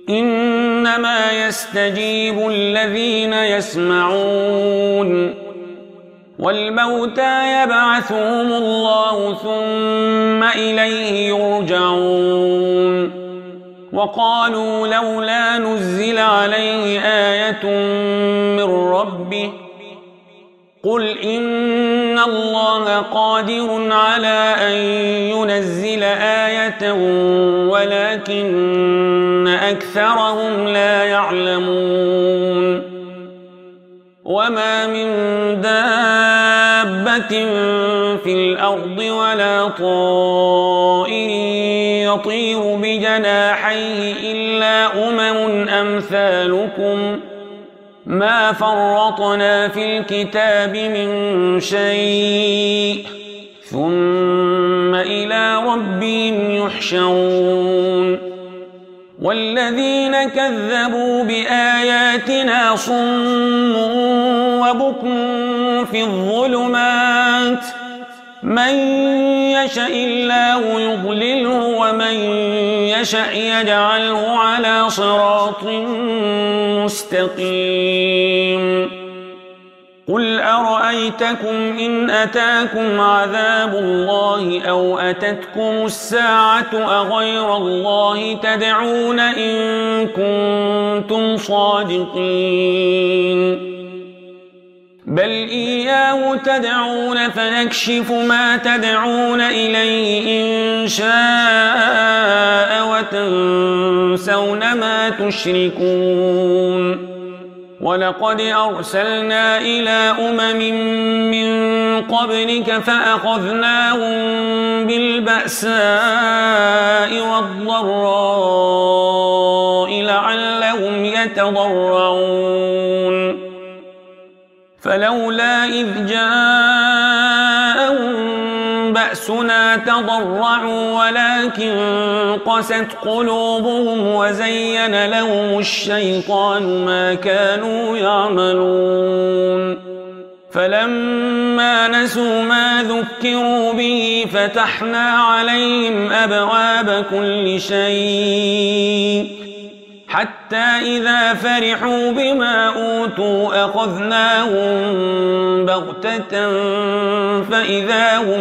إنما يستجيب الذين يسمعون والموتى يبعثهم الله ثم إليه يرجعون وقالوا لولا نزل عليه آية من ربه قل إن الله قادر على أن ينزل آية ولكن أكثرهم لا يعلمون وما من دابة في الأرض ولا طائر يطير بجناحيه إلا أمثالكم ما فرطنا في الكتاب من شيء ثم إلى ربهم يحشرون والذين كذبوا بآياتنا صم وبكم في الظلمات من يشاء الله يضلله ومن يشاء يجعله على صراط مستقيم قل أرأيتكم إن أتاكم عذاب الله أو أتتكم الساعة أغير الله تدعون إن كنتم صادقين بل إياه تدعون فنكشف ما تدعون إليه إن شاء وتنسون ما تشركون ولقد أرسلنا إلى من قبلك فأخذناهم بالبأساء والضراء لعلهم يتضرعون فلولا إذ جاءهم بأسنا تضرعوا ولكن قست قلوبهم وزين لهم الشيطان ما كانوا يعملون فلما نسوا ما ذكروا به فتحنا عليهم أبواب كل شيء حتى إذا فرحوا بما أوتوا أخذناهم بغتة فإذا هم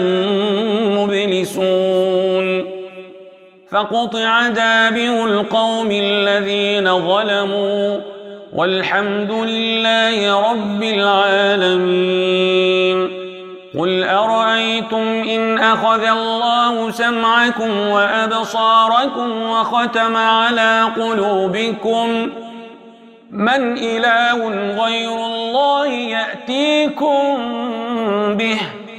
مبلسون فقطع دابر القوم الذين ظلموا والحمد لله رب العالمين قل أرأيتم إن أخذ الله سمعكم وأبصاركم وختم على قلوبكم من إله غير الله يأتيكم به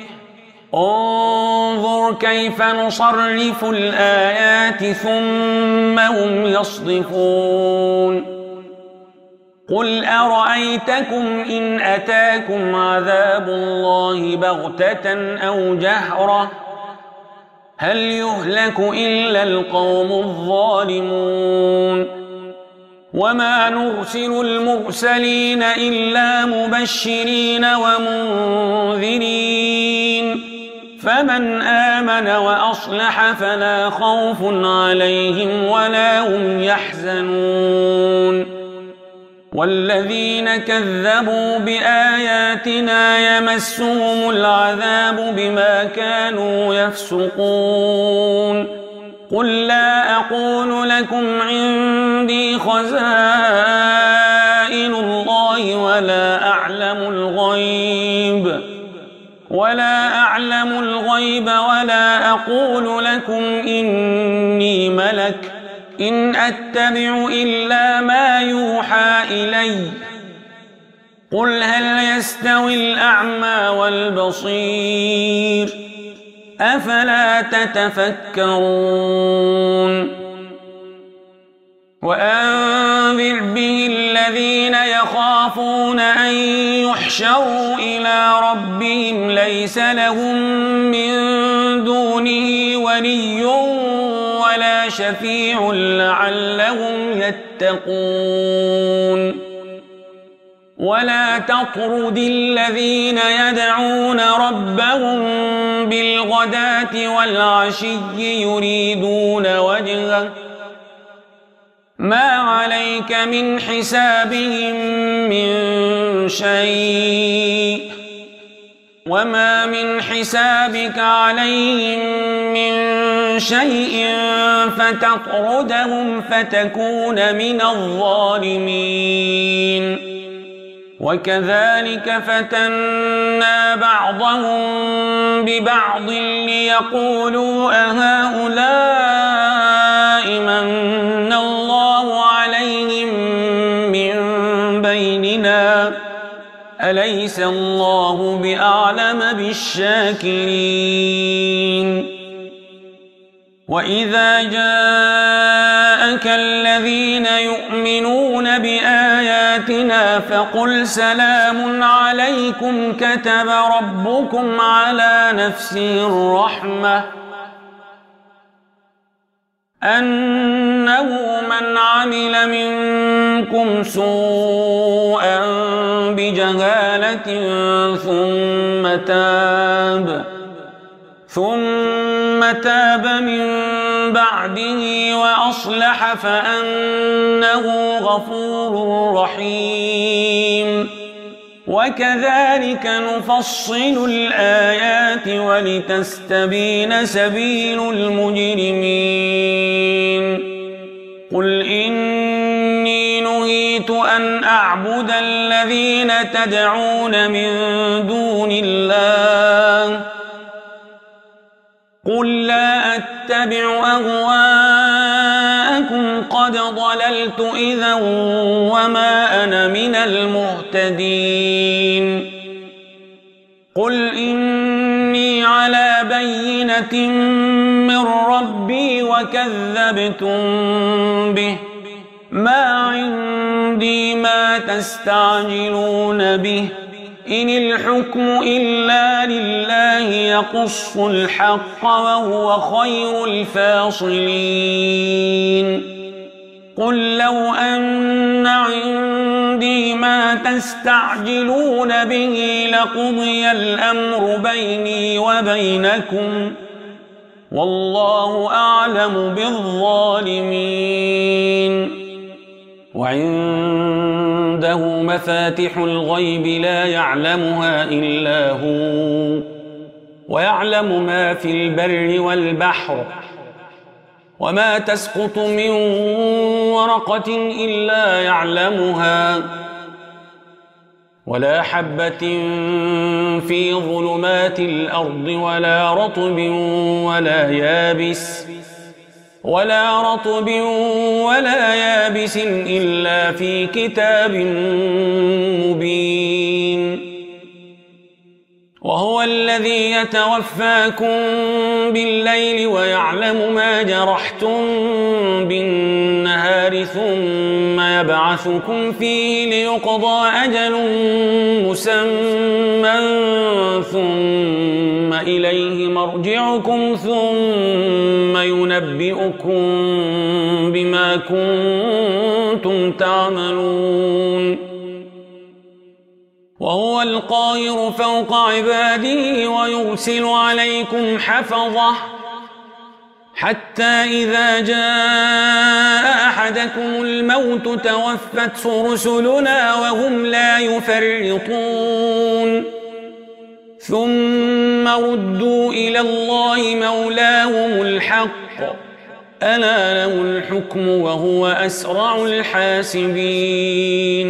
انظر كيف نصرف الآيات ثم هم يصدفون قل أرأيتكم إن أتاكم عذاب الله بغتة أو جهرة هل يهلك إلا القوم الظالمون وما نرسل المرسلين إلا مبشرين ومنذرين فمن آمن وأصلح فلا خوف عليهم ولا هم يحزنون والذين كذبوا بآياتنا يمسهم العذاب بما كانوا يفسقون قل لا أقول لكم عندي خزائن الله ولا أعلم الغيب ولا أقول لكم إني ملك إن أتبع إلا ما يوحى إلي قل هل يستوي الأعمى والبصير أفلا تتفكرون وأنذر به الذين يخافون أن يحشروا إلى ربهم ليس لهم من دونه ولي ولا شفيع لعلهم يتقون ولا تطرد الذين يدعون ربهم بالغداة والعشي يريدون وجهه ما عليك من حسابهم من شيء وما من حسابك عليهم من شيء فتطردهم فتكون من الظالمين وكذلك فتنا بعضهم ببعض ليقولوا أهؤلاء من الله عليهم من بيننا أليس الله بأعلم بالشاكرين وإذا جاءك الذين يؤمنون بآياتنا فقل سلام عليكم كتب ربكم على نفسه الرحمة أنه من عمل منكم سوءا بجهالة ثم تاب من بعده وأصلح فأنه غفور رحيم وكذلك نفصل الآيات ولتستبين سبيل المجرمين قل إني نهيت أن أعبد الذين تدعون من دون الله قل لا أتبع أهواءكم قد ضللت إذا وما أنا من المهتدين قل إني على بينة من ربي وكذبتم به ما عندي ما تستعجلون به إن الحكم إلا لله يقص الحق وهو خير الفاصلين قل لو أن عندي ما تستعجلون به لقضي الأمر بيني وبينكم والله أعلم بالظالمين وعنده مفاتح الغيب لا يعلمها إلا هو ويعلم ما في البر والبحر وما تسقط من ورقة إلا يعلمها ولا حبة في ظلمات الأرض ولا رطب ولا يابس إلا في كتاب مبين وهو الذي يتوفاكم بالليل ويعلم ما جرحتم بالنهار ثم يبعثكم فيه ليقضى أجل مسمى ثم إليه مرجعكم ثم ينبئكم بما كنتم تعملون وهو القاهر فوق عباده ويرسل عليكم حفظة حتى إذا جاء أحدكم الموت توفته رسلنا وهم لا يفرطون ثم ردوا إلى الله مولاهم الحق ألا له الحكم وهو أسرع الحاسبين